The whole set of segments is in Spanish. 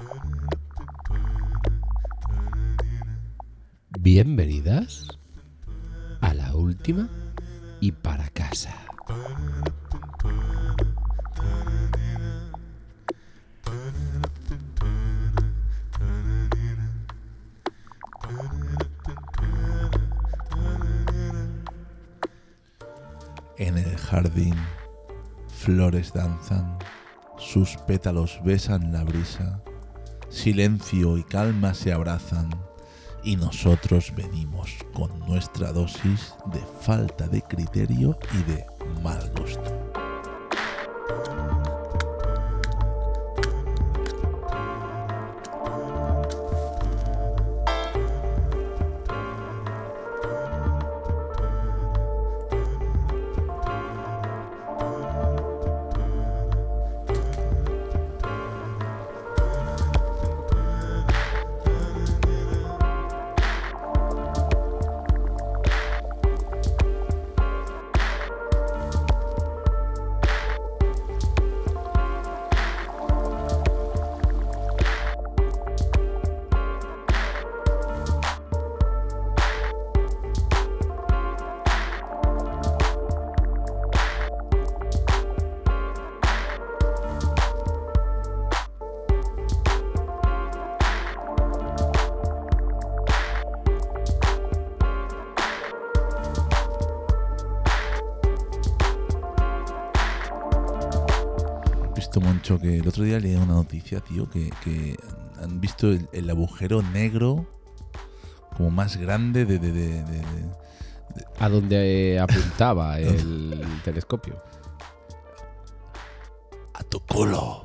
Bienvenidas a la última y para casa. En el jardín, flores danzan, sus pétalos besan la brisa, silencio y calma se abrazan, y nosotros venimos con nuestra dosis de falta de criterio y de mal gusto. Moncho, que el otro día leí una noticia, tío, que han visto el agujero negro como más grande de ¿A dónde apuntaba el telescopio? a tu culo.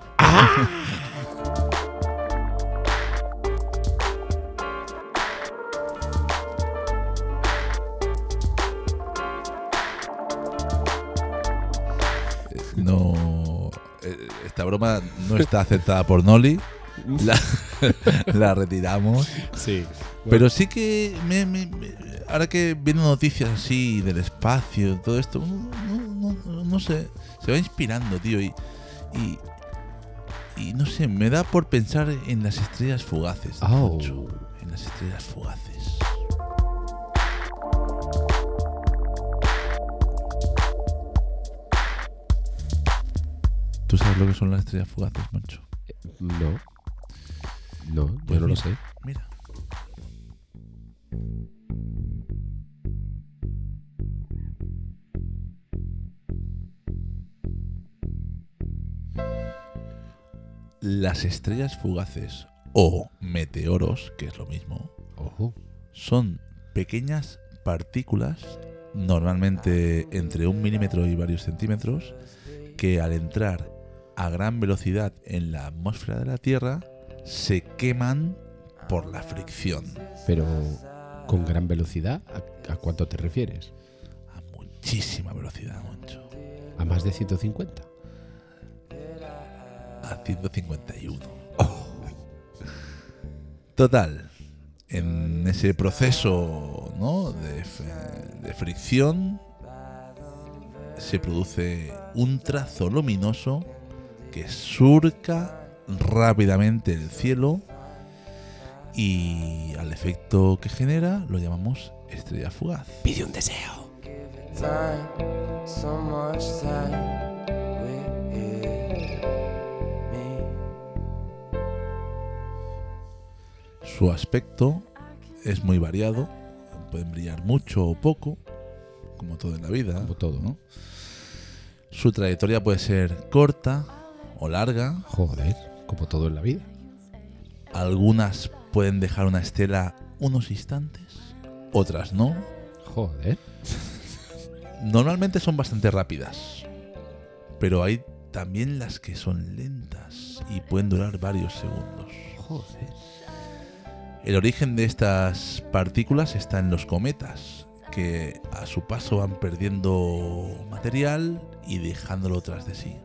No, esta broma no está aceptada por Noli. La retiramos. Sí. Pero sí que ahora que vienen noticias así del espacio, todo esto, no sé, se va inspirando, tío, y no sé, me da por pensar en las estrellas fugaces. Mucho, en las estrellas fugaces. ¿Tú sabes lo que son las estrellas fugaces, Moncho? No, Pues yo no lo mira, sé. Mira. Las estrellas fugaces o meteoros, que es lo mismo, Ojo. son pequeñas partículas, normalmente entre 1 milímetro y varios centímetros, que al entrar a gran velocidad en la atmósfera de la Tierra se queman por la fricción. Pero con gran velocidad, ¿a cuánto te refieres? A muchísima velocidad, Moncho. ¿A más de 150? A 151. Total, en ese proceso, ¿no?, de fricción se produce un trazo luminoso que surca rápidamente el cielo y al efecto que genera lo llamamos estrella fugaz. Pide un deseo. Su aspecto es muy variado, pueden brillar mucho o poco, como todo en la vida, Como todo, ¿no? Su trayectoria puede ser corta o larga. Joder, como todo en la vida. Algunas pueden dejar una estela unos instantes, otras no. Joder. Normalmente son bastante rápidas, pero hay también las que son lentas y pueden durar varios segundos. Joder. El origen de estas partículas está en los cometas, que a su paso van perdiendo material y dejándolo tras de sí.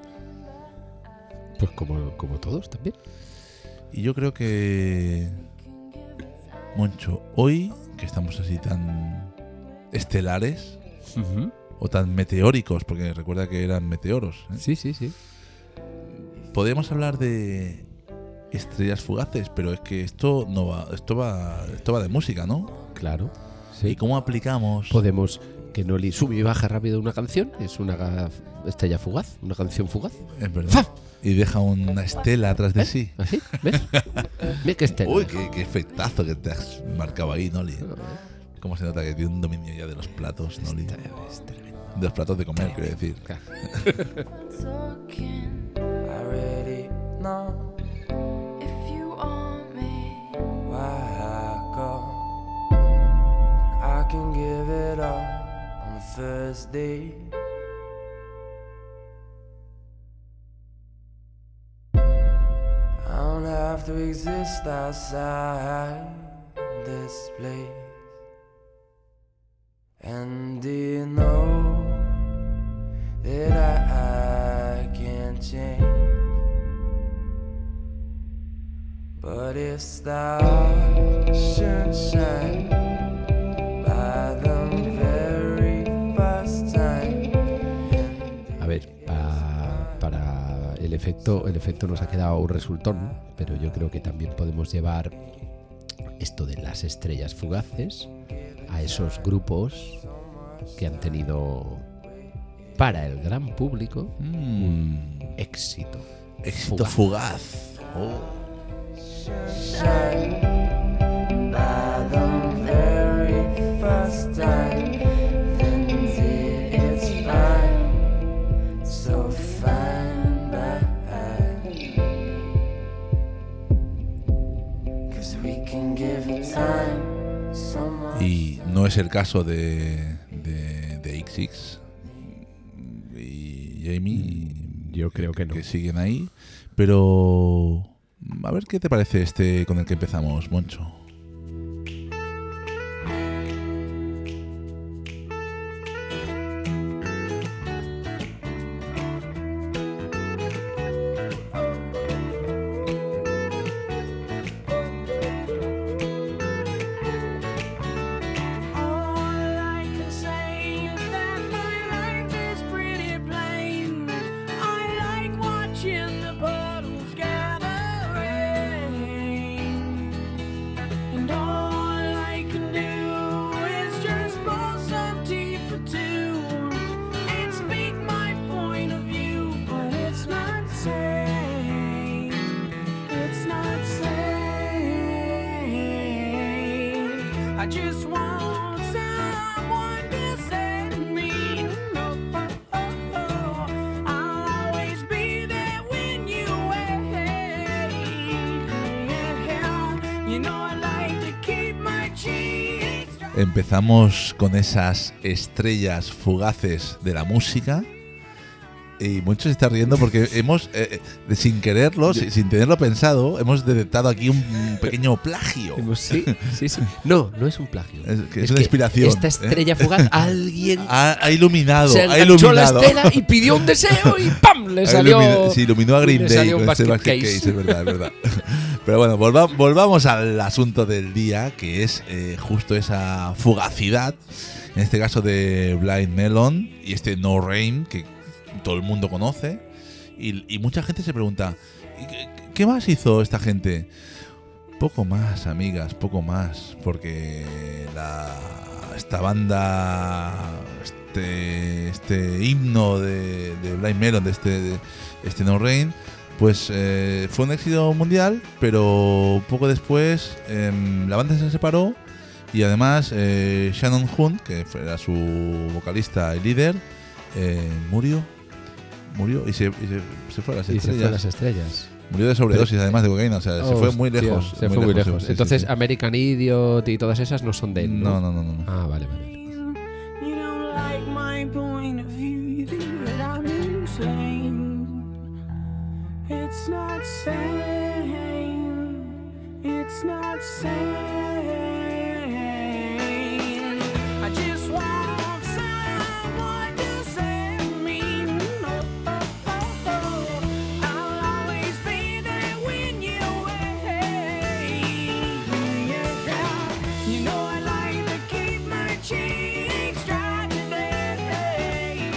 Pues como todos también. Y yo creo que, Moncho, hoy que estamos así tan estelares o tan meteóricos, porque recuerda que eran meteoros, ¿eh? Sí. Podríamos hablar de estrellas fugaces, pero es que esto va de música, ¿no? Claro. ¿Y Sí. cómo aplicamos? Podemos que Noli sube y baja rápido una canción. Es una estrella fugaz, una canción fugaz. Es verdad. Y deja una estela atrás de sí. ¿Así? ¿Ves? Mira que estela. Uy, qué efectazo que te has marcado ahí, Noli. Cómo se nota que tiene un dominio ya de los platos, Noli. Es tremendo. De los platos de comer, quiero decir. Claro. Talking, I already know if you want me, why I go. I can give it all on the first day. I don't have to exist outside this place. And do you know that I can't change? But if stars should shine by the very first time. A ver, para el efecto nos ha quedado un resultón, pero yo creo que también podemos llevar esto de las estrellas fugaces a esos grupos que han tenido para el gran público un éxito. Éxito fugaz. Oh. Shine by the very first time. Then it's fine, so fine by. 'Cause we can give it time so much. Y no es el caso de XX y Jamie. Yo creo que no. Que siguen ahí. Pero a ver qué te parece este con el que empezamos, Moncho. All I can say is that my life is pretty plain. I like watching the puddles gather rain. And all I can do is just pour some tea for two and speak my point of view. But it's not sane. It's not sane. I just want someone to say to me, no, I'll always be there when you wait. You know I like to keep my cheeks dry. Empezamos con esas estrellas fugaces de la música. Y muchos se están riendo porque hemos, sin quererlo, sin tenerlo pensado, hemos detectado aquí un pequeño plagio. Sí. No es un plagio. Es una inspiración, Esta estrella fugaz, alguien Ha iluminado, se ha enganchó la iluminado. estela y pidió un deseo y ¡pam! Le salió. Se iluminó a Green le Day salió un con este basket basket case. case, es verdad. Pero bueno, volvamos al asunto del día, que es justo esa fugacidad, en este caso de Blind Melon y este No Rain, que todo el mundo conoce. Y mucha gente se pregunta, ¿qué más hizo esta gente? Poco más, amigas, poco más, porque esta banda, este himno de Blind Melon, de este No Rain, pues fue un éxito mundial, pero poco después la banda se separó y además Shannon Hunt, que era su vocalista y líder, murió y se fue a las Y se fue a estrellas. las estrellas. Murió de sobredosis, además de cocaína, o sea, se fue muy Hostia, lejos. Se fue muy lejos. sí, Entonces, sí, sí. American Idiot y todas esas no son de él, ¿no? No. Ah, vale. You don't like my point of view, you think that I'm insane. It's not sane. It's not sane. I just want someone to say to me, no, I'll always be there when you wait. You know I like to keep my cheeks dry today.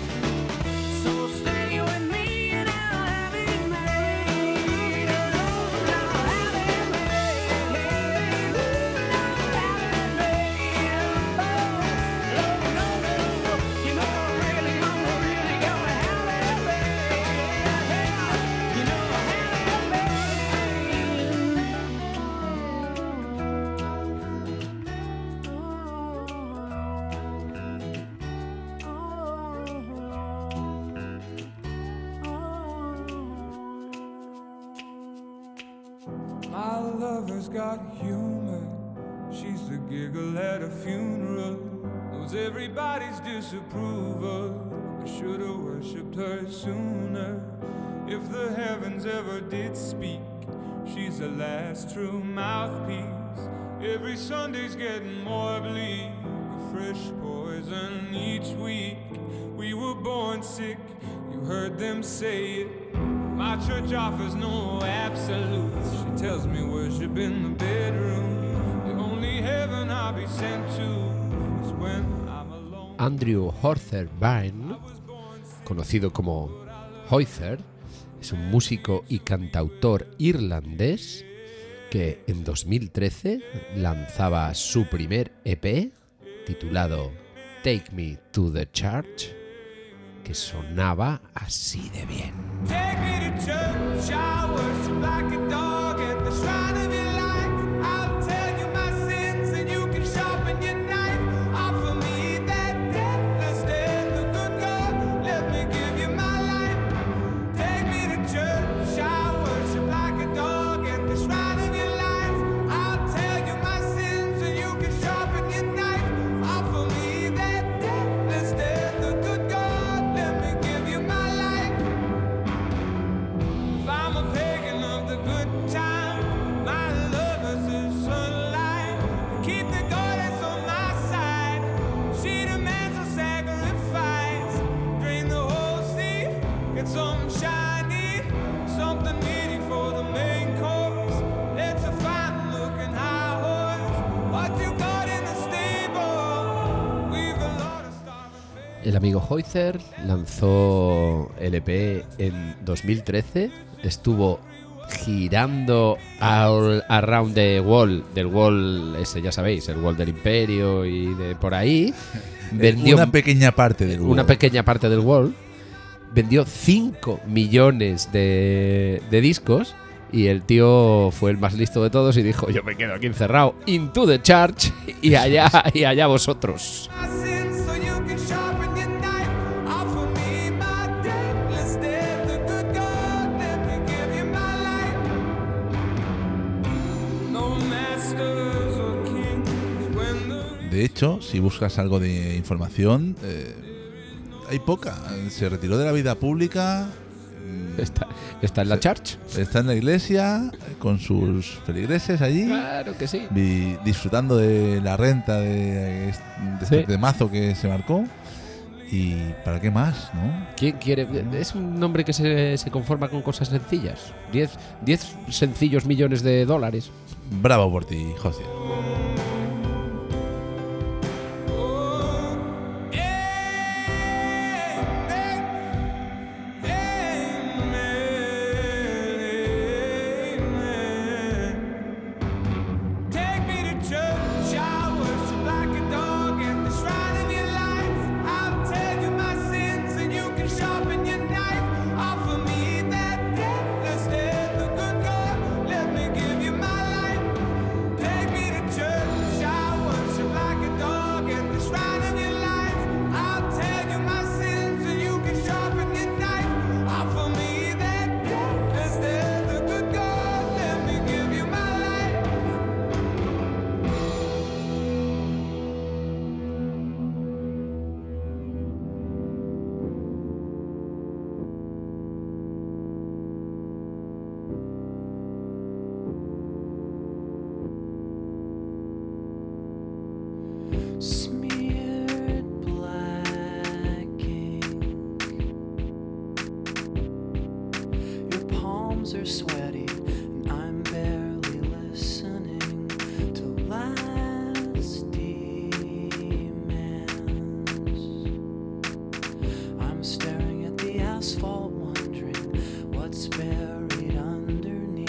So stay with me and I'll have it made. My lover's got humor. She's the giggle at a funeral. Knows everybody's disapproval. I should've worshipped her sooner. If the heavens ever did speak, she's the last true mouthpiece. Every Sunday's getting more bleak. A fresh poison each week. We were born sick, you heard them say it. My church offers no absolutes. She tells me worship in the bedroom. The only heaven I'll be sent to is when I'm alone. Andrew Horther Byrne, conocido como Hoyser, es un músico y cantautor irlandés que en 2013 lanzaba su primer EP titulado Take Me to the Church, que sonaba así de bien. Take me to church, I worship like a dog at the shrine of your life. I'll tell you my sins and you can sharpen your knife. Offer me that deathless death, the good God, let me give you my life. Take me to church, I worship like a dog at the shrine of your life. I'll tell you my sins and you can sharpen your knife. Offer me that deathless death, the good God, let me give you my life. If I'm a pagan of the good time, my lover's the sunlight. Keep the goddess on my side. She demands a sacrifice. Drain the whole sea, get something shiny, something meaty for the main course. Let's a fine looking high horse. What you got in the stable? We've a lot of starving. El amigo Hoyser lanzó el EP en 2013, estuvo girando around the wall, del wall ese, ya sabéis, el wall del imperio y de por ahí. Vendió Una pequeña parte del una wall. pequeña parte del wall, vendió 5 millones de discos y el tío fue el más listo de todos y dijo: yo me quedo aquí encerrado, into the church, y allá vosotros. My sins so you can sharpen your knife. Offer me my deathless death, the good God, let me give you my life. No masters or kings when the De hecho, si buscas algo de información, hay poca. Se retiró de la vida pública. Está en la church. Está en la iglesia con sus feligreses allí, Claro que sí. disfrutando de la renta de este Sí. temazo que se marcó. ¿Y para qué más, no? ¿Quién quiere? Es un hombre que se conforma con cosas sencillas. 10 sencillos millones de dólares. Bravo por ti, José. Take me to church, I worship like a dog at the shrine of your life. I'll tell you my sins and you can sharpen your knife. Offer me that deathless death, the good God, let me give you my life. Take me to church, I worship like a dog at the shrine of your life. I'll tell you my sins and you can sharpen your knife. Offer me that deathless death, the good God, let me give you my life. Smeared black ink. Your palms are sweaty, and I'm barely listening to last demands. I'm staring at the asphalt, wondering what's buried underneath.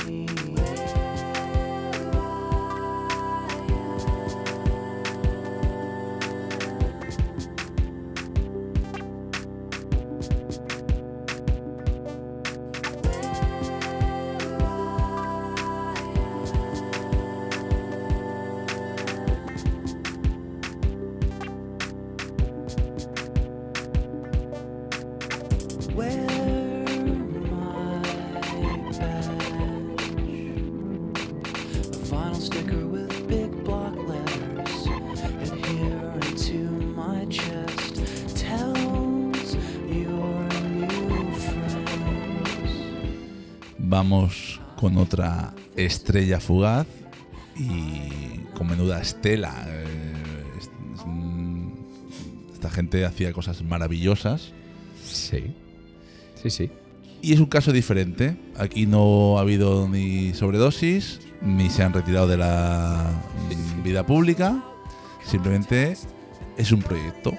sticker with big block letters adhering to my chest tells your new friends. Vamos con otra estrella fugaz y con menuda estela. Esta gente hacía cosas maravillosas. Sí. Sí, sí. Y es un caso diferente. Aquí no ha habido ni sobredosis, ni se han retirado de la vida pública. Simplemente es un proyecto.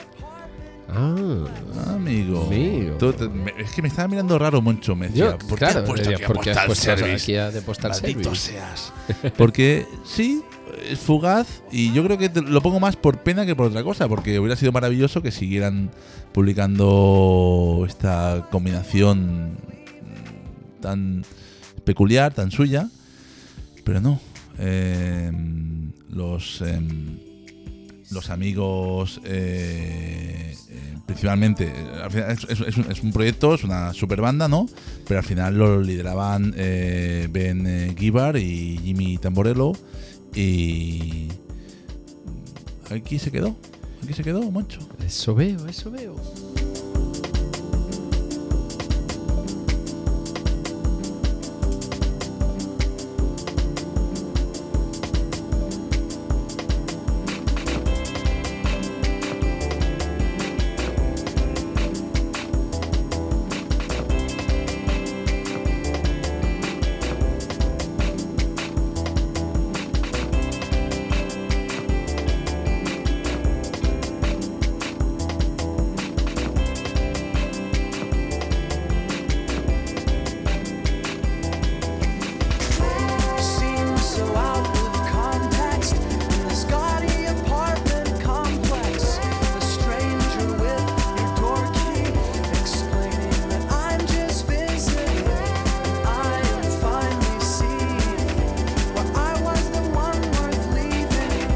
Amigo. Es que me estaba mirando raro, Moncho. Me decía, Yo, ¿por claro, qué has puesto aquí a porque has Postal puesto Service? aquí a de Postal Maldito Service. seas. Porque sí, es fugaz y yo creo que lo pongo más por pena que por otra cosa, porque hubiera sido maravilloso que siguieran publicando esta combinación tan peculiar, tan suya, pero no. Los amigos, principalmente, al final es un proyecto, es una super banda, ¿no? Pero al final lo lideraban Ben Gibbard y Jimmy Tamborello. Y aquí se quedó, Moncho. Eso veo, eso veo. Seems so out of context in this gaudy apartment complex. The stranger with your door key explaining that I'm just visiting. I am finally seeing where I was the one worth leaving.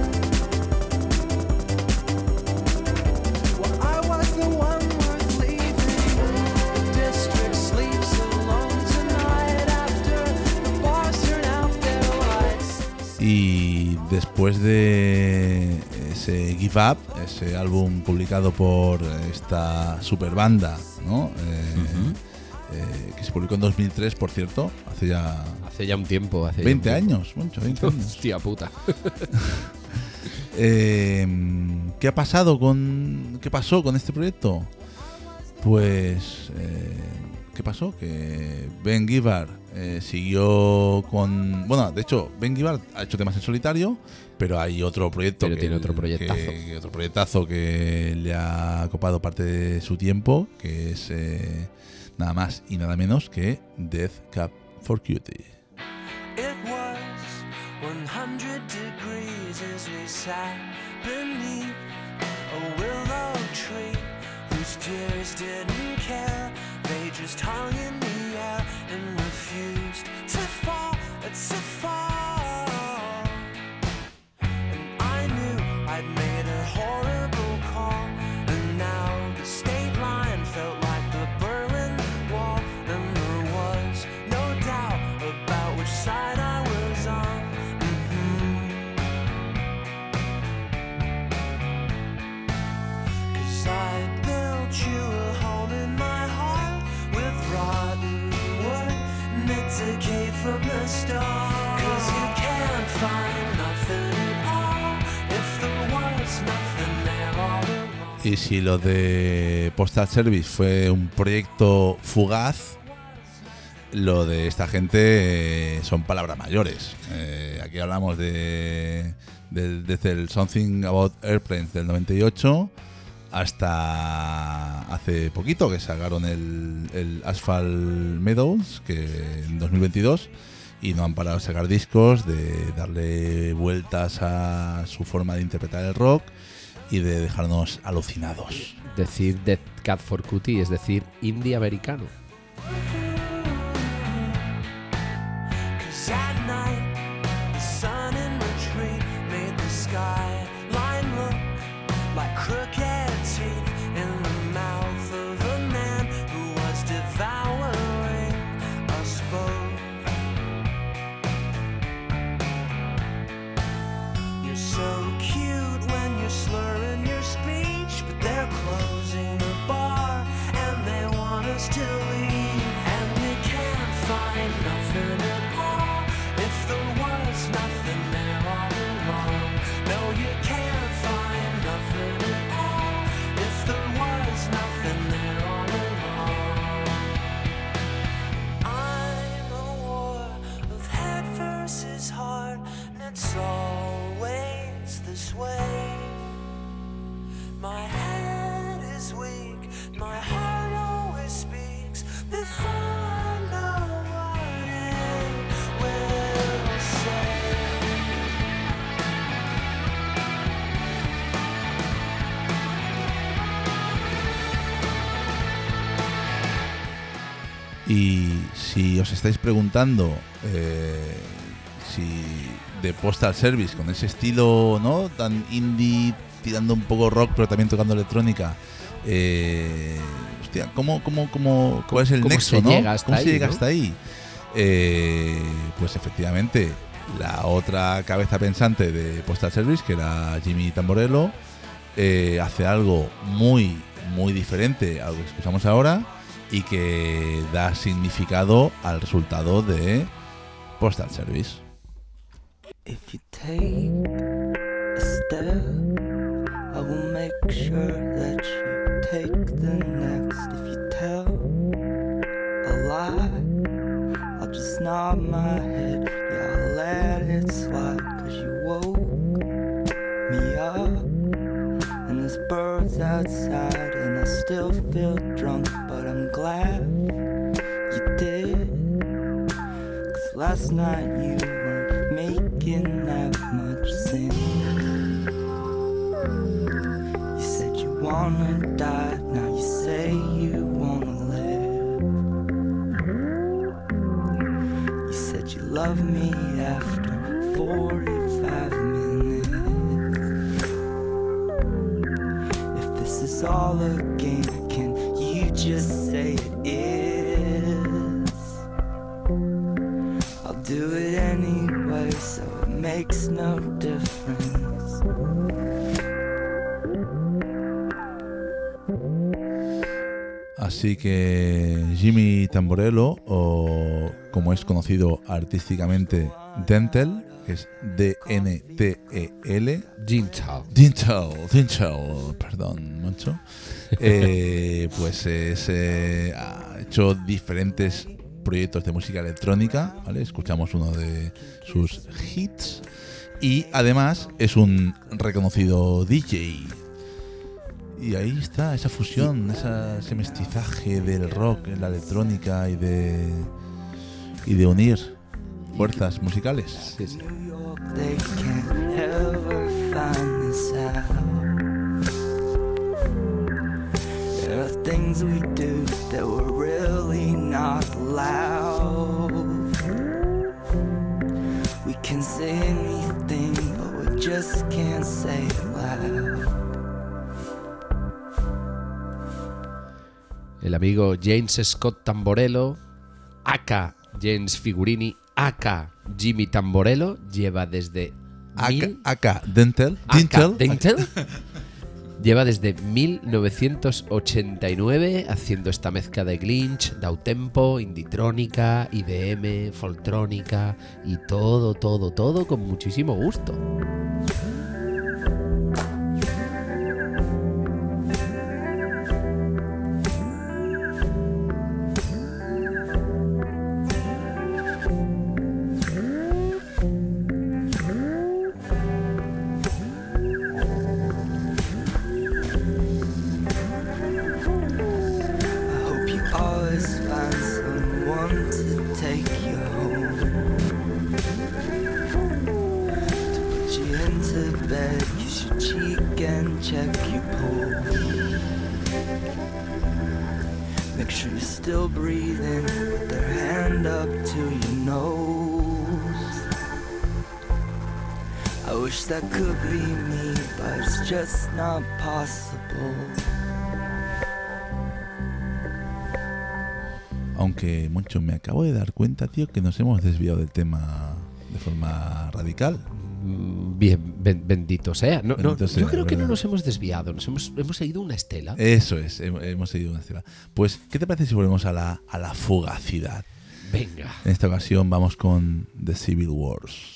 Where I was the one worth leaving. The district sleeps alone tonight after the bars turn out their lights. Y después de ese Give Up, ese álbum publicado por esta super banda, ¿no? Que se publicó en 2003, por cierto, hace ya un tiempo. Hace 20 ya un tiempo. años, Moncho, 20 años. Hostia puta. ¿Qué pasó con este proyecto? Pues ¿qué pasó? Que Ben Gibbard siguió con... Bueno, de hecho, Ben Gibbard ha hecho temas en solitario, pero hay otro proyecto Pero tiene otro proyectazo. otro proyectazo que le ha copado parte de su tiempo, que es nada más y nada menos que Death Cab for Cutie. It was 100 degrees as we sat beneath a willow tree whose tears didn't care. They just hung in the air and refused to fall, to fall. And I knew I'd made a horrible call, and now the state line felt like the Berlin Wall, and there was no doubt about which side I was on. Cause I built you a home in my heart with rotten wood, and it decayed from the start. Cause you can't find nothing at all if there was nothing there all along. Y si lo de Postal Service fue un proyecto fugaz, lo de esta gente son palabras mayores. Aquí hablamos desde el Something About Airplanes del 98 hasta hace poquito que sacaron el Asphalt Meadows, que en 2022, y no han parado de sacar discos, de darle vueltas a su forma de interpretar el rock y de dejarnos alucinados. Decir Death Cab for Cutie es decir indie americano. Cause at night, the sun in retreat made the skyline look like crooked teeth in the mouth of a man who was devouring us both. it's always this way. My head is weak, my heart always speaks before I know what it will say. Y si os estáis preguntando si de Postal Service, con ese estilo, ¿no?, tan indie, tirando un poco rock pero también tocando electrónica, hostia, ¿cuál es el cómo nexo, se ¿no? llega hasta ¿Cómo se ahí, llega no? hasta ahí? Pues efectivamente, la otra cabeza pensante de Postal Service, que era Jimmy Tamborello, hace algo muy, muy diferente a lo que escuchamos ahora y que da significado al resultado de Postal Service. If you take a step, I will make sure that you take the next. If you tell a lie, I'll just nod my head. Yeah, I'll let it slide. 'Cause you woke me up, and there's birds outside, and I still feel drunk, but I'm glad you did. 'Cause last night you weren't making that much sense. You said you wanna die, now you say you wanna live. You said you love me after 45 minutes. If this is all a game, can you just say it is? I'll do it anyway, so it makes no difference. Así que Jimmy Tamborello, o como es conocido artísticamente, Dentel, que es D-N-T-E-L, Dintel, perdón, Moncho, pues ha hecho diferentes proyectos de música electrónica, ¿vale? Escuchamos uno de sus hits y además es un reconocido DJ. Y ahí está esa fusión, ese mestizaje del rock en la electrónica y de unir fuerzas musicales. Sí, sí. New York, they can't ever find this out. There are things we do that we're really not allowed. We can say anything, but we just can't say it loud. El amigo James Scott Tamborello, aka James Figurini, aka Jimmy Tamborello, lleva desde Aka Dentel, lleva desde 1989 haciendo esta mezcla de glitch, downtempo, inditrónica, IDM, foltrónica y todo con muchísimo gusto. I hope you always find someone to take you home, to put you into bed, kiss your cheek and check your pulse. Make sure you're still breathing, put their hand up to your nose. I wish that could be me, but it's just not possible. Aunque, Moncho, me acabo de dar cuenta, tío, que nos hemos desviado del tema de forma radical. Bien, bendito sea. Bendito sea, yo creo que no ¿verdad? nos hemos desviado, hemos seguido una estela. Eso es, hemos seguido una estela. Pues, ¿qué te parece si volvemos a la fugacidad? Venga. En esta ocasión vamos con The Civil Wars.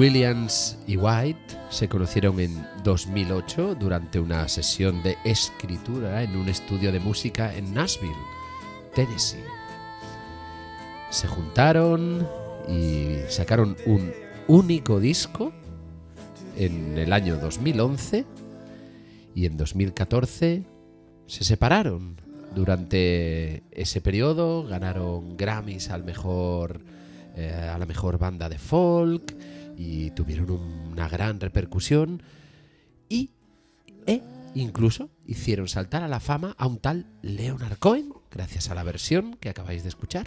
Williams y White se conocieron en 2008 durante una sesión de escritura en un estudio de música en Nashville, Tennessee. Se juntaron y sacaron un único disco en el año 2011 y en 2014 se separaron. Durante ese periodo ganaron Grammys a la mejor banda de folk y tuvieron una gran repercusión e incluso hicieron saltar a la fama a un tal Leonard Cohen gracias a la versión que acabáis de escuchar.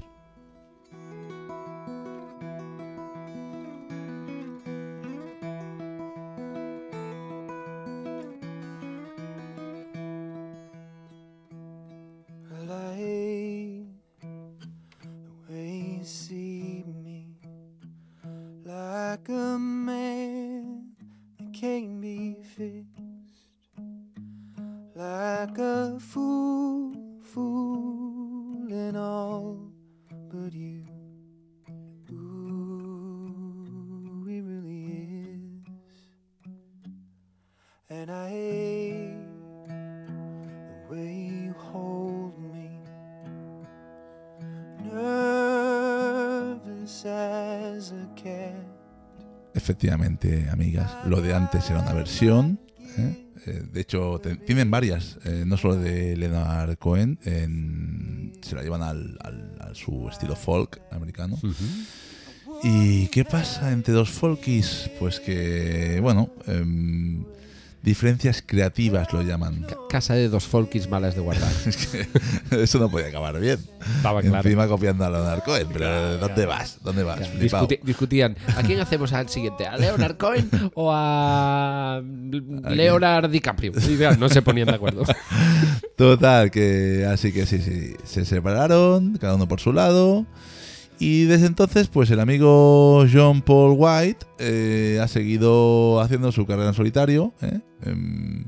Like a man that can't be fixed, like a fool, fooling all but you. Ooh, he really is. And I hate the way you hold me, nervous as a cat. Efectivamente, amigas, lo de antes era una versión, ¿eh? De hecho, tienen varias, no solo de Leonard Cohen, se la llevan a su estilo folk americano. ¿Y qué pasa entre dos folkies? Pues que, bueno, diferencias creativas lo llaman. Casa de dos folkies malas de guardar. Es que eso no podía acabar bien. Estaba claro. Encima copiando a Leonard Cohen, pero ¿dónde vas? ¿Dónde vas? Claro. Discutían, ¿a quién hacemos al siguiente? ¿A Leonard Cohen o a Leonard DiCaprio? Y no se ponían de acuerdo. Total, que así que sí, se separaron, cada uno por su lado. Y desde entonces, pues el amigo John Paul White ha seguido haciendo su carrera en solitario, un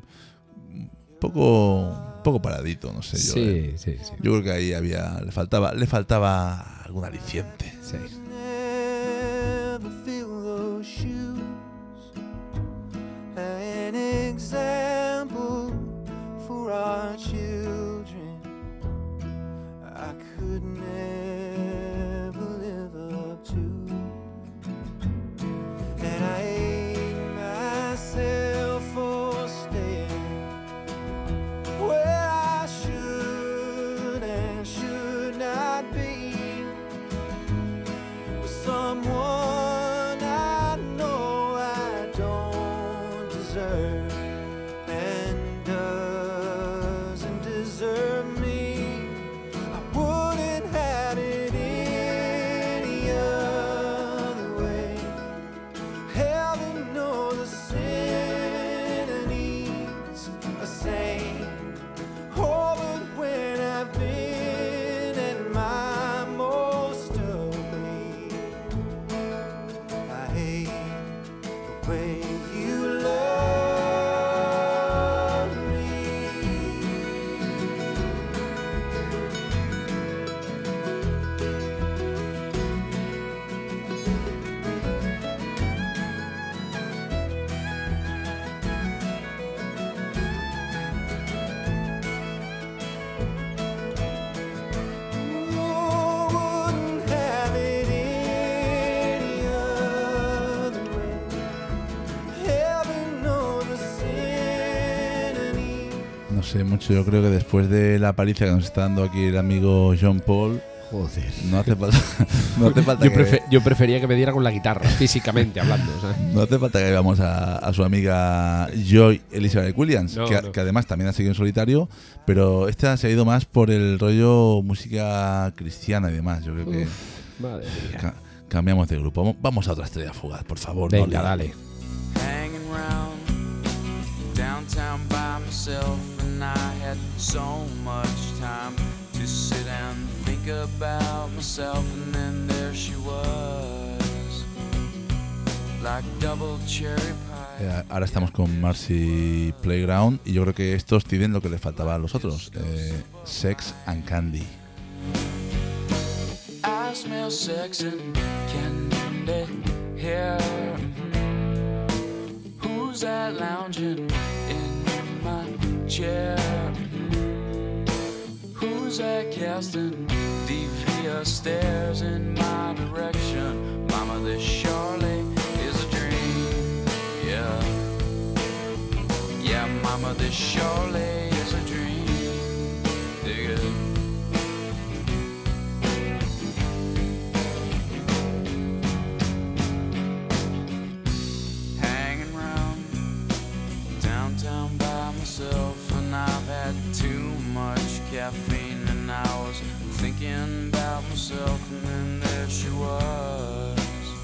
poco paradito, no sé yo. Sí. Yo creo que ahí le faltaba algún aliciente. Sí. Never feel those shoes. An example for our children. I could never live up to. And I hate myself for staying where I should and should not be. Someone I know I don't deserve and doesn't deserve me. I wouldn't have it any other way. Heaven knows the sinner needs a saint. Oh, but when I've been at my most ugly, I hate the way you love me. Oh, wouldn't have it any other way. Heaven knows the sinner needs. No sé mucho, yo creo que después de la paliza que nos está dando aquí el amigo John Paul, Joder. no hace falta Yo prefería que me diera con la guitarra, físicamente hablando. ¿Sabes? no hace falta que veamos a su amiga Joy Elizabeth Williams, No, que, no. que además también ha seguido en solitario, pero esta se ha ido más por el rollo música cristiana y demás. Yo creo que Madre mía. cambiamos de grupo. Vamos a otra estrella fugaz, por favor. no Venga, olvidemos. dale. Hanging round downtown by myself, and I had so much time to sit and think about myself, and then there she was, like double cherry pie. Ahora estamos con Marcy Playground y yo creo que estos tienen lo que les faltaba a los otros, Sex and Candy. I smell sex and candy here. Who's that lounging in my chair? Who's that casting devious stares in my direction? Mama, this surely is a dream. Yeah, yeah, mama, this surely is a dream. Dig it. Hanging round downtown by myself, and I've had too much caffeine, and I was thinking about myself, and then there she was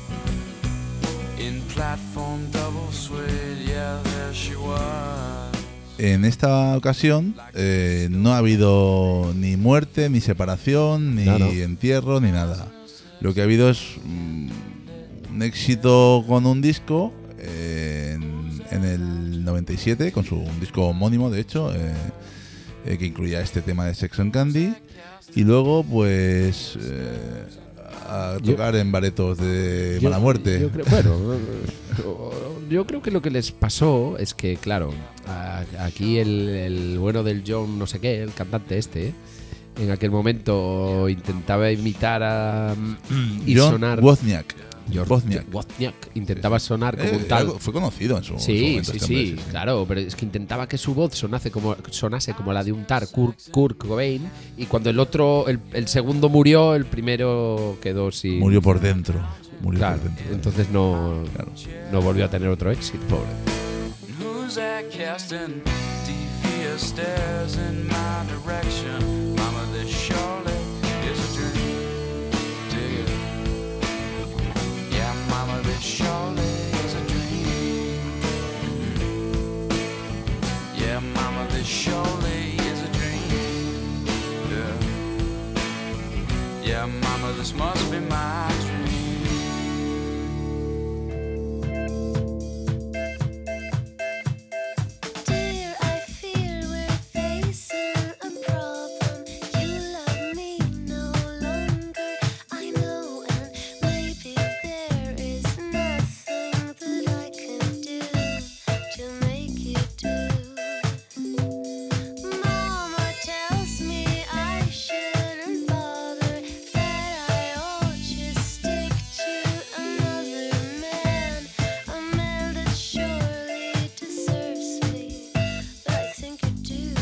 in platform double suede, yeah, there she was. En esta ocasión no ha habido ni muerte, ni separación, ni No. entierro, ni nada. Lo que ha habido es un éxito con un disco en el 97, con un disco homónimo, de hecho, que incluía este tema de Sex and Candy. Y luego, pues, a tocar en baretos de mala muerte. Yo creo que lo que les pasó es que, claro, aquí el bueno del John no sé qué, el cantante este, en aquel momento intentaba imitar a y John sonar. Wozniak. Wozniak intentaba sonar como un tal. Fue conocido en su Sí, momento. sí, este sí, hombre, claro, pero es que intentaba que su voz sonase como la de un tal Kurt Cobain, y cuando el segundo murió, el primero quedó sin. Murió por dentro. Claro, por dentro. entonces no volvió a tener otro éxito, pobre. Who's that casting devious stares in my direction? Mama, this surely is a dream. Dig it. Yeah, mama, this surely is a dream. Yeah, mama, this surely is a dream. Yeah, yeah, mama, this must be my dream. Dear, I fear we're facing a problem. You love me no longer, I know, and maybe there is nothing that I can do to make you do. Mama tells me I shouldn't bother, that I ought just stick to another man, a man that surely deserves me, but I think you do.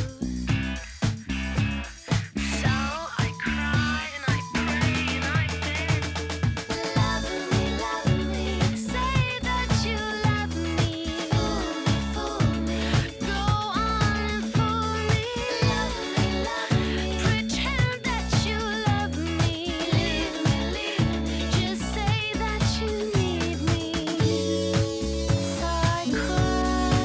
So I cry and I pray and I beg, love me, say that you love me, fool me, go on and fool me, pretend that you love me, leave me, just say that you need me. So I cry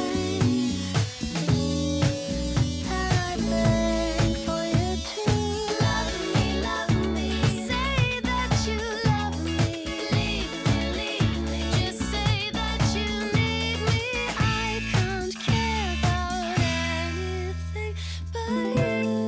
and I beg for you to love me, say that you love me, leave me, just say that you need me. I can't care about anything but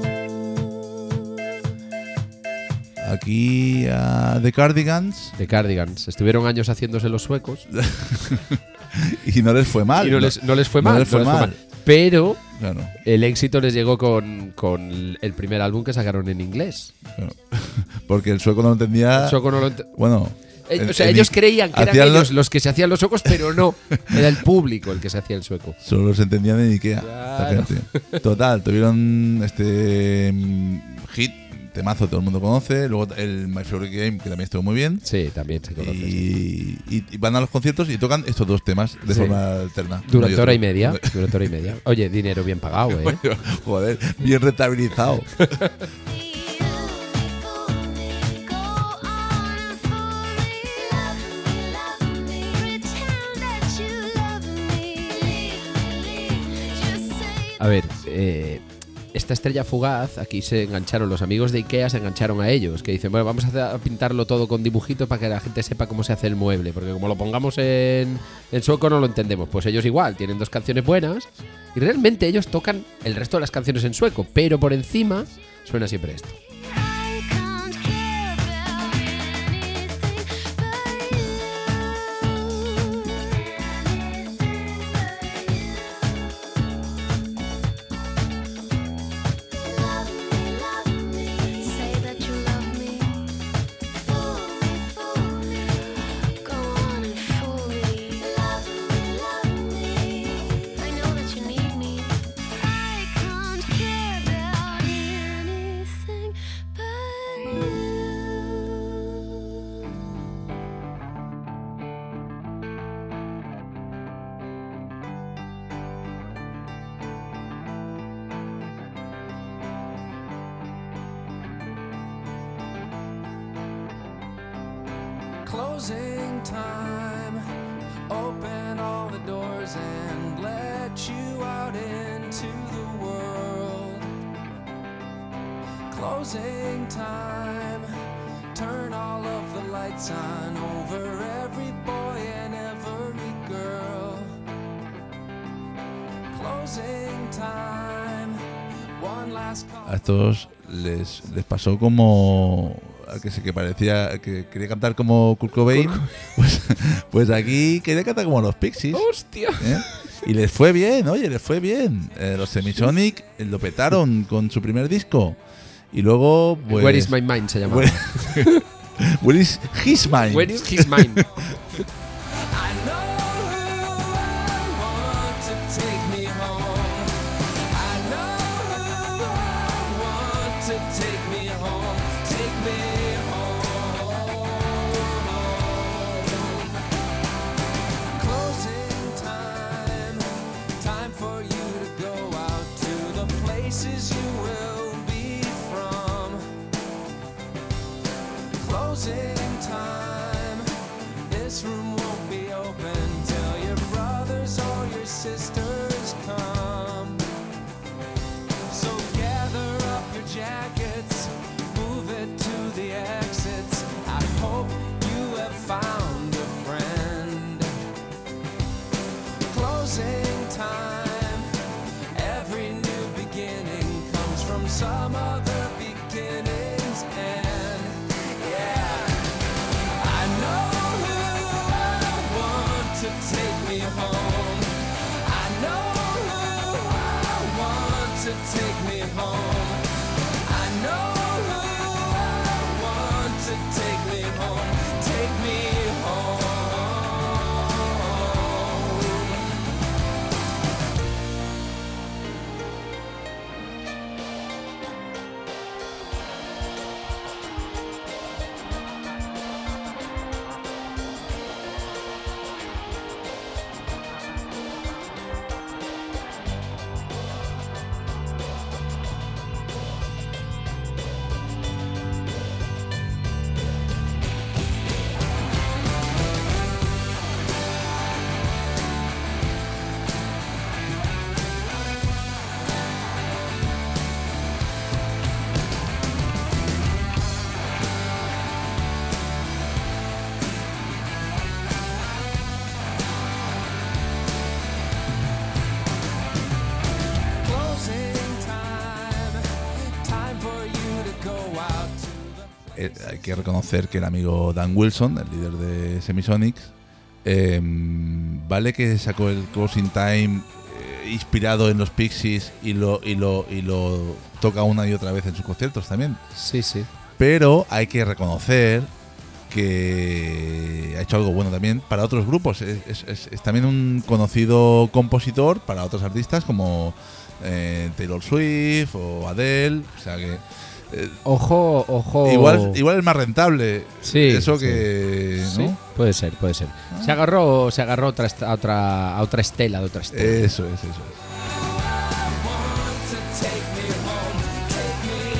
you. Aquí a The Cardigans The Cardigans estuvieron años haciéndose los suecos y no les fue mal. y no les fue mal, no les fue mal. pero Claro, el éxito les llegó con el primer álbum que sacaron en inglés. claro. Porque el sueco no lo entendía. El sueco no lo ent- Bueno, o sea, ellos creían que eran hacían ellos los que se hacían los suecos, pero no, era el público el que se hacía el sueco. solo los entendían en Ikea. Claro. esta gente. Total, tuvieron este hit, temazo, todo el mundo conoce. Luego el My Favorite Game, que también estuvo muy bien. Sí, también se conoce. Sí. Y van a los conciertos y tocan estos dos temas de Sí. forma alterna. Durante Uno hora y otro. media. Durante hora y media. Oye, dinero bien pagado, ¿eh? Bueno, joder, bien rentabilizado. Fool me, go on and fool me, love me, pretend that you love me, just say. A ver, esta estrella fugaz, aquí se engancharon los amigos de Ikea, se engancharon a ellos, que dicen, bueno, vamos a pintarlo todo con dibujitos para que la gente sepa cómo se hace el mueble, porque como lo pongamos en sueco no lo entendemos. Pues ellos igual, tienen dos canciones buenas y realmente ellos tocan el resto de las canciones en sueco, pero por encima suena siempre esto. I can't care about anything but you. Closing time. Open all the doors and let you out into the world. Closing time. Turn all of the lights on over every boy and every girl. Closing time. One last call. A estos les pasó como a que parecía que quería cantar como Kurt Cobain. Pues aquí quería cantar como los Pixies. ¡Hostia! ¿eh? Y les fue bien, oye, les fue bien. Los Semisonic lo petaron con su primer disco. Y luego, pues, Where is my mind se llama. Where is his mind? Where is his mind? I know who I want to take me home. I know who I want to take me home. Take me home. Closing time. Time for you to go out to the places you will be from. Closing time. This room won't be open till your brothers or your sisters come. So gather up your jackets, move it to the exits. I hope you have found a friend. Closing time. Every new beginning comes from some other beginning's end. Yeah. I know who I want to take me home. I know who I want to take me home. I know who I want to take me home. Take me home. Closing time. Time for you to go out to the Hay que reconocer que el amigo Dan Wilson, el líder de Semisonics, vale que sacó el Closing Time inspirado en los Pixies y lo toca una y otra vez en sus conciertos también. Sí, sí. Pero hay que reconocer que ha hecho algo bueno también para otros grupos. Es también un conocido compositor para otros artistas como Taylor Swift o Adele. O sea que Ojo. igual es más rentable Sí, eso sí. que Sí, ¿no? puede ser. Se agarró a otra estela de otra estela. Eso es. to take me home. Take me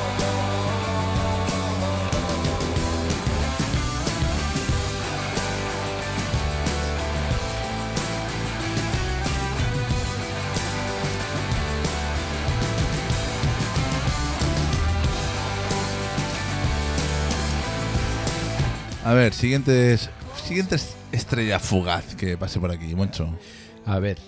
A ver, siguiente estrella fugaz que pase por aquí, Moncho. A ver.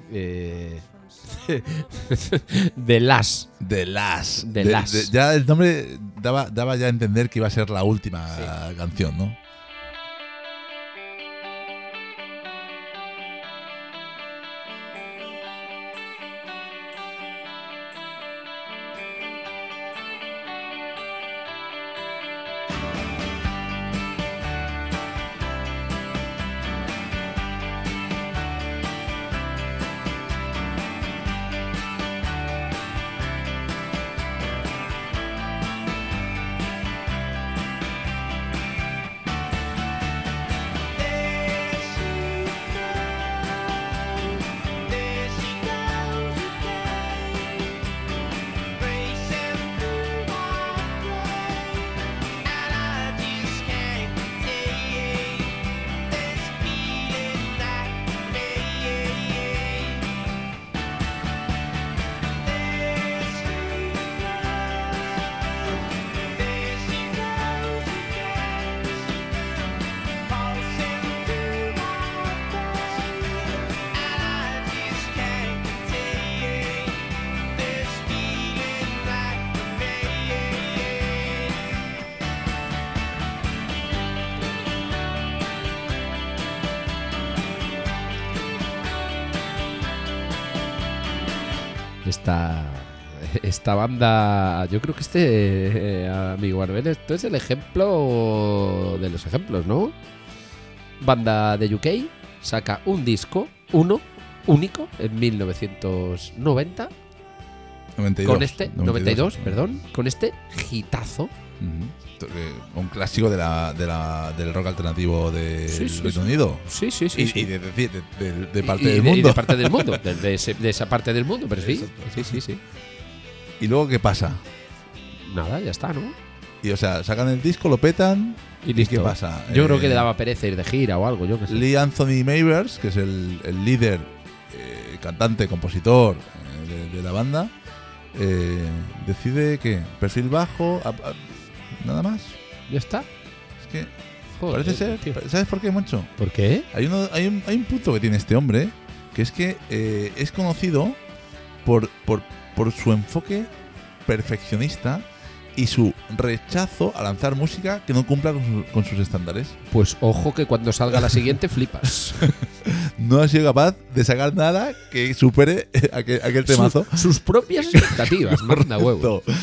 The Last. The Last. The Last. Ya el nombre daba ya a entender que iba a ser la última canción, ¿no? Esta banda, yo creo que amigo Arbel, esto es el ejemplo de los ejemplos, ¿no? Banda de UK saca un disco, único, en 1990, 92. con este, 92, perdón, con este hitazo. Un clásico del rock alternativo de Sí, sí, Reino sí. Unido. Sí, sí, sí. Y sí. de parte Y del de- y mundo. de parte del mundo, de esa parte del mundo, pero sí, sí. ¿Y luego qué pasa? Nada, ya está, ¿no? Y o sea, sacan el disco, lo petan. Y listo. ¿Qué pasa? Yo creo que le daba pereza ir de gira o algo, yo que sé. Lee Anthony Mavers, que es el líder, cantante, compositor de la banda, decide que perfil bajo, nada más. Ya está. Es que Joder, parece ser. tío. ¿Sabes por qué, Moncho? ¿Por qué? Hay un punto que tiene este hombre, que es que es conocido por su enfoque perfeccionista y su rechazo a lanzar música que no cumpla con sus estándares. Pues ojo que cuando salga la siguiente flipas. No ha sido capaz de sacar nada que supere aquel temazo. Sus propias expectativas, manda huevo. Correcto.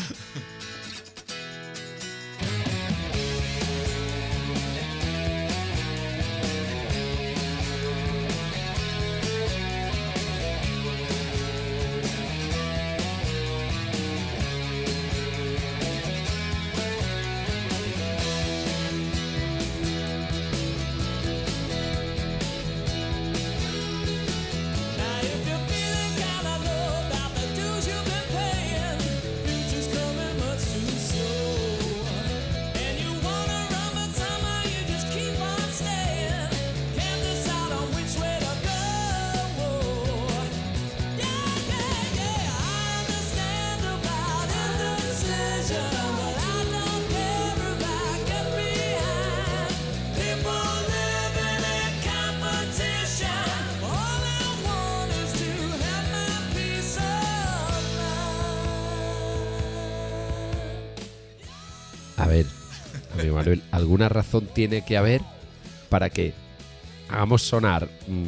Now if you're feeling kinda low about the dues you've been paying, future's coming much too slow. And you wanna run but somehow you just keep on staying. Can't decide on which way to go. Yeah, I understand about indecision, but I don't care if I get behind. People living in competition. All I want is to have my peace of mind. A ver, amigo Manuel, alguna razón tiene que haber para que hagamos sonar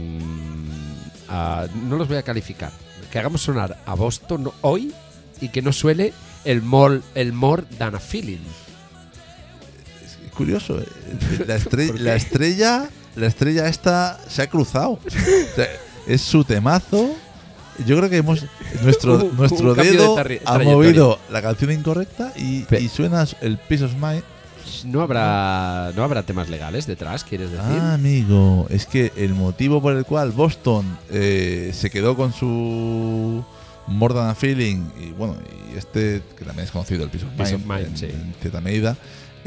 no los voy a calificar, que hagamos sonar a Boston hoy y que no suele el more than a feeling. Es curioso. La, ¿Por qué? la estrella esta se ha cruzado. O sea, es su temazo. Yo creo que nuestro Un cambio de dedo ha trayectoria. movido la canción incorrecta y suena el Peace of Mind. No habrá temas legales detrás, ¿quieres decir? Ah, amigo, es que el motivo por el cual Boston se quedó con su More Than a Feeling y bueno, y este que también es conocido, el Peace of Peace Mind, of Mind, en, sí. en cierta medida,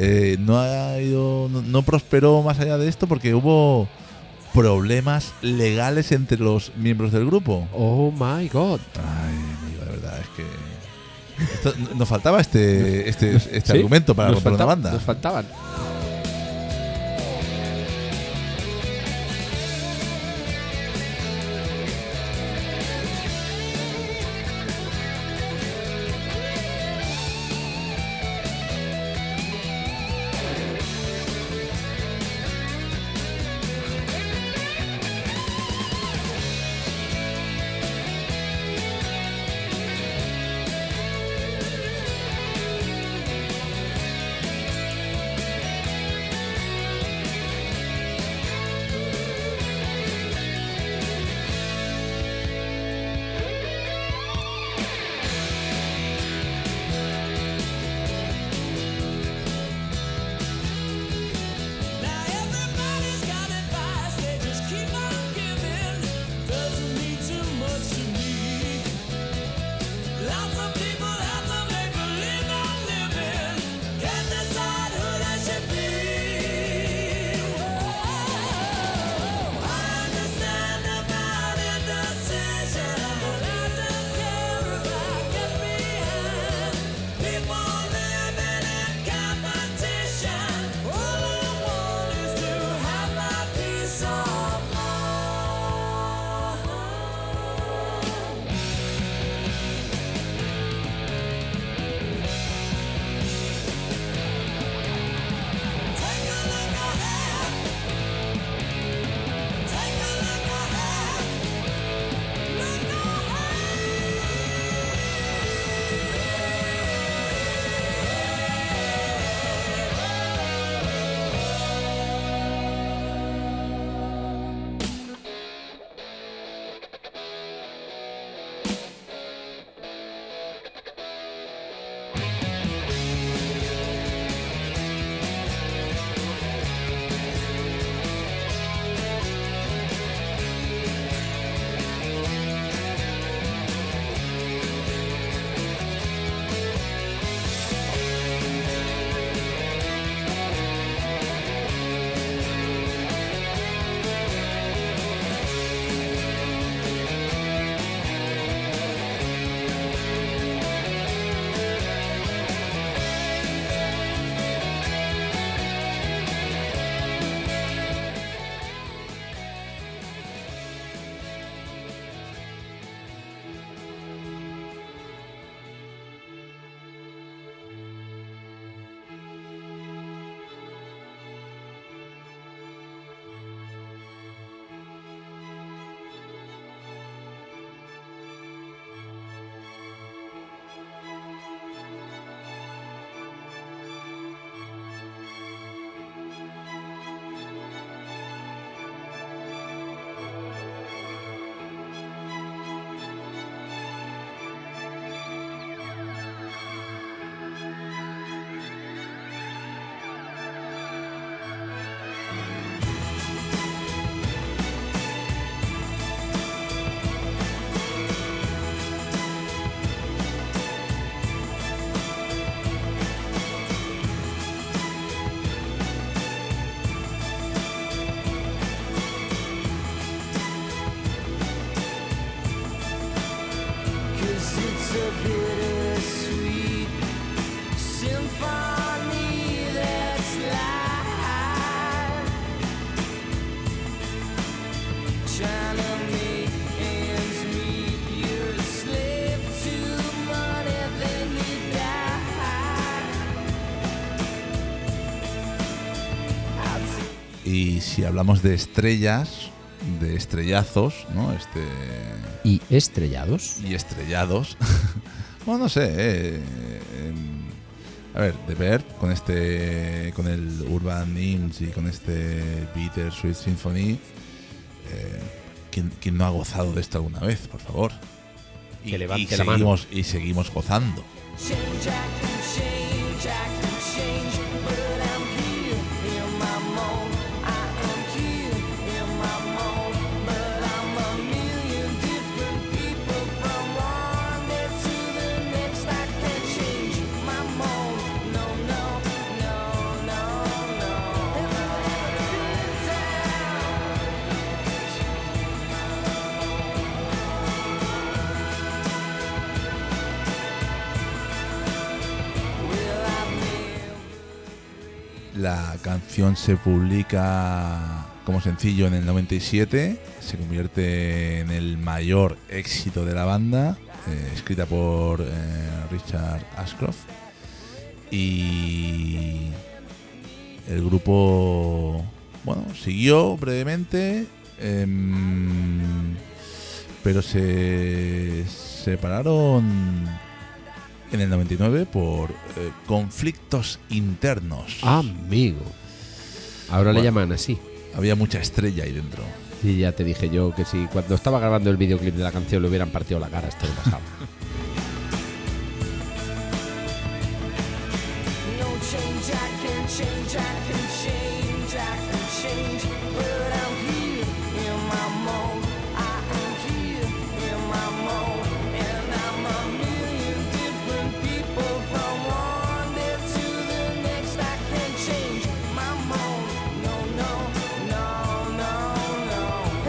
no prosperó más allá de esto porque hubo problemas legales entre los miembros del grupo. Oh my god. Ay, amigo, de verdad, es que nos faltaba este Sí, argumento para nos romper una faltaba- banda. Nos faltaban. it's a bittersweet symphony that's live. Trying to make ends meet, you're a slave to money, then you die. I'll take Y si hablamos de estrellas, de estrellazos, ¿no? Y estrellados. Y estrellados. Bueno, no sé. A ver, The Verve con el Urban Hymns y con este Bittersweet Symphony. ¿Quién no ha gozado de esto alguna vez, por favor? Que levante la mano. Y seguimos gozando. change, I can change, I can change, but I'm here in my mode. I am here in my mode, but I'm a million different people from one day to the next. I can't change my mode. No, no, no, no, no. Well, I've never La canción se publica como sencillo en el 97, se convierte en el mayor éxito de la banda, escrita por Richard Ashcroft, y el grupo, bueno, siguió brevemente, pero se separaron en el 99 por conflictos internos. Amigo. Ahora le Bueno. llaman así. Había mucha estrella ahí dentro. Y ya te dije yo que si cuando estaba grabando el videoclip de la canción le hubieran partido la cara, esto le pasaba. no change, I can change, I can change, I can change, but I'm here in my mode. I am here in my mode, and I'm a million different people from one day to the next. I can't change my mode. No, no, no, no, no.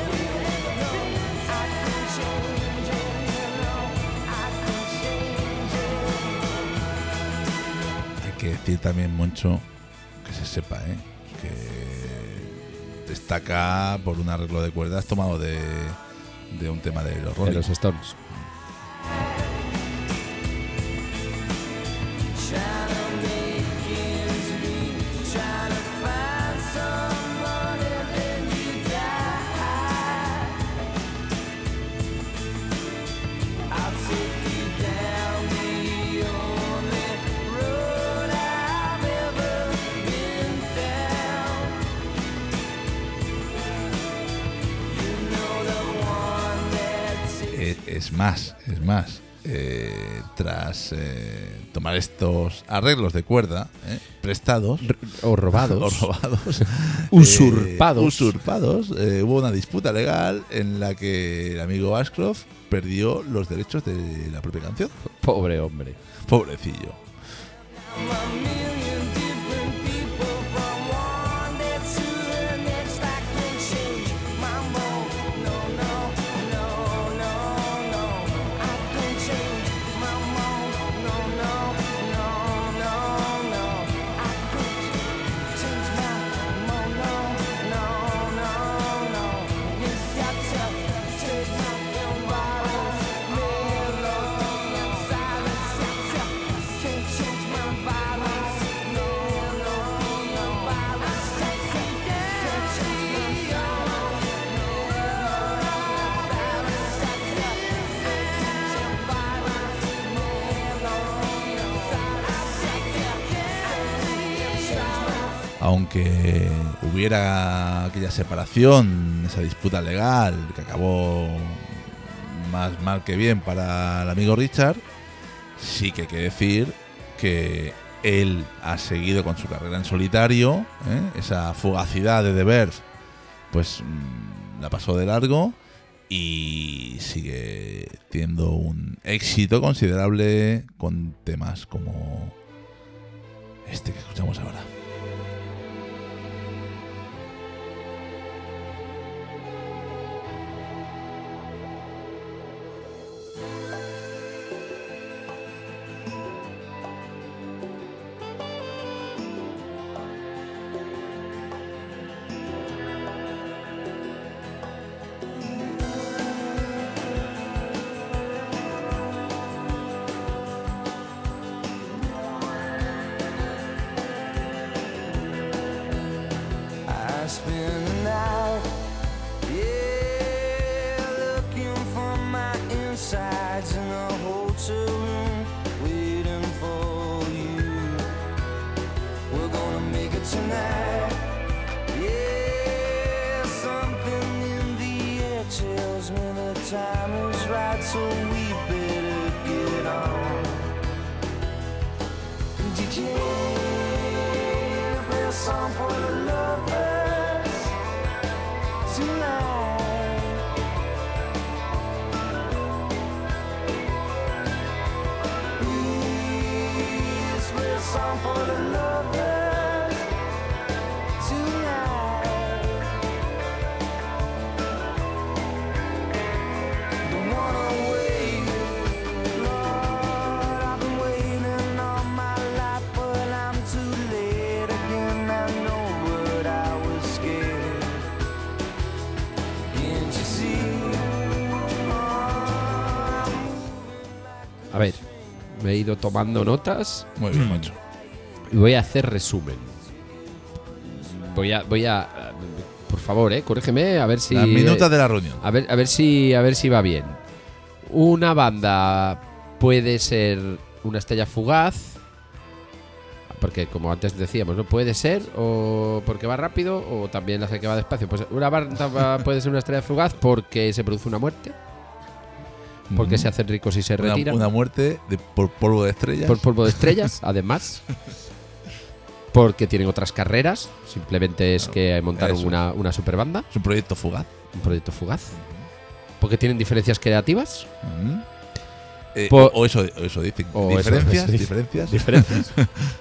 I can change it, no, I can change it. Hay que decir también, Moncho, que se sepa, que destaca por un arreglo de cuerdas tomado de un tema de los De Rolling. los Stones. Trying to make ends meet, trying to find someone and then you die. I'll take you down the only road I've ever been down. You know the one that's Es más, tras tomar estos arreglos de cuerda prestados O robados. o robados, Usurpados. hubo una disputa legal en la que el amigo Ashcroft perdió los derechos de la propia canción. Pobre hombre. Pobrecillo. I'm a million different people from one day to the next. I can change my mode. No, no, no, no, no. I can change my mode. No, no, no, no, no. I can change my mode. No, no, no, no. Yes, I change my environment. Melody and silence. Can't change my violence. No, no, no violence. Can't change my Aunque hubiera aquella separación, esa disputa legal que acabó más mal que bien para el amigo Richard, sí que hay que decir que él ha seguido con su carrera en solitario, esa fugacidad de The Verve pues la pasó de largo y sigue teniendo un éxito considerable con temas como este que escuchamos ahora. a hotel room waiting for you. We're gonna make it tonight. Yeah, something in the air tells me the time is right, so we better get on. DJ, play a song for the lovers tonight. Please play a song for the lovers tonight. Don't wanna wait, Lord, I've been waiting all my life, but I'm too late again. I know, but I was scared. Can't you see? A ver, me he ido tomando notas Muy bien, macho. y voy a hacer resumen. Voy a por favor, corrígeme a ver si Las minutas de la reunión. a ver si va bien. Una banda puede ser una estrella fugaz, porque como antes decíamos, no puede ser o porque va rápido o también hace que va despacio. Pues una banda puede ser una estrella fugaz porque se produce una muerte, porque se hacen ricos y se retiran. Una muerte por polvo de estrellas. Por polvo de estrellas, además. Porque tienen otras carreras. Simplemente es que montaron eso. una super banda, Es un proyecto fugaz. un proyecto fugaz. Porque tienen diferencias creativas. O eso dicen. O eso Diferencias. Diferencias.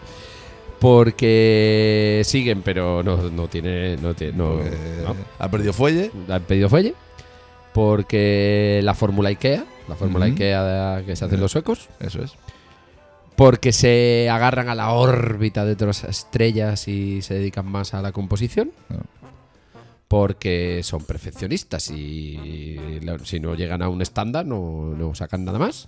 Porque siguen, pero no tiene. No, Ha perdido fuelle. han pedido fuelle. Porque la fórmula IKEA. La fórmula IKEA que se hacen los suecos. Eso es. Porque se agarran a la órbita de otras estrellas y se dedican más a la composición. Porque son perfeccionistas y si no llegan a un estándar no sacan nada más.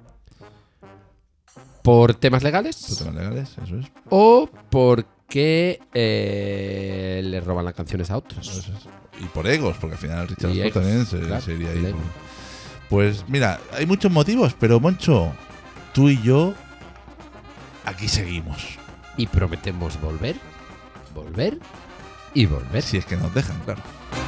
Por temas legales. Temas legales, eso es. O porque les roban las canciones a otros. Eso es. Y por egos, porque al final Richard Y Scott egos, también claro, se iría el ahí. ego. Pues mira, hay muchos motivos, pero Moncho, tú y yo aquí seguimos. Y prometemos volver y volver. Si es que nos dejan, claro.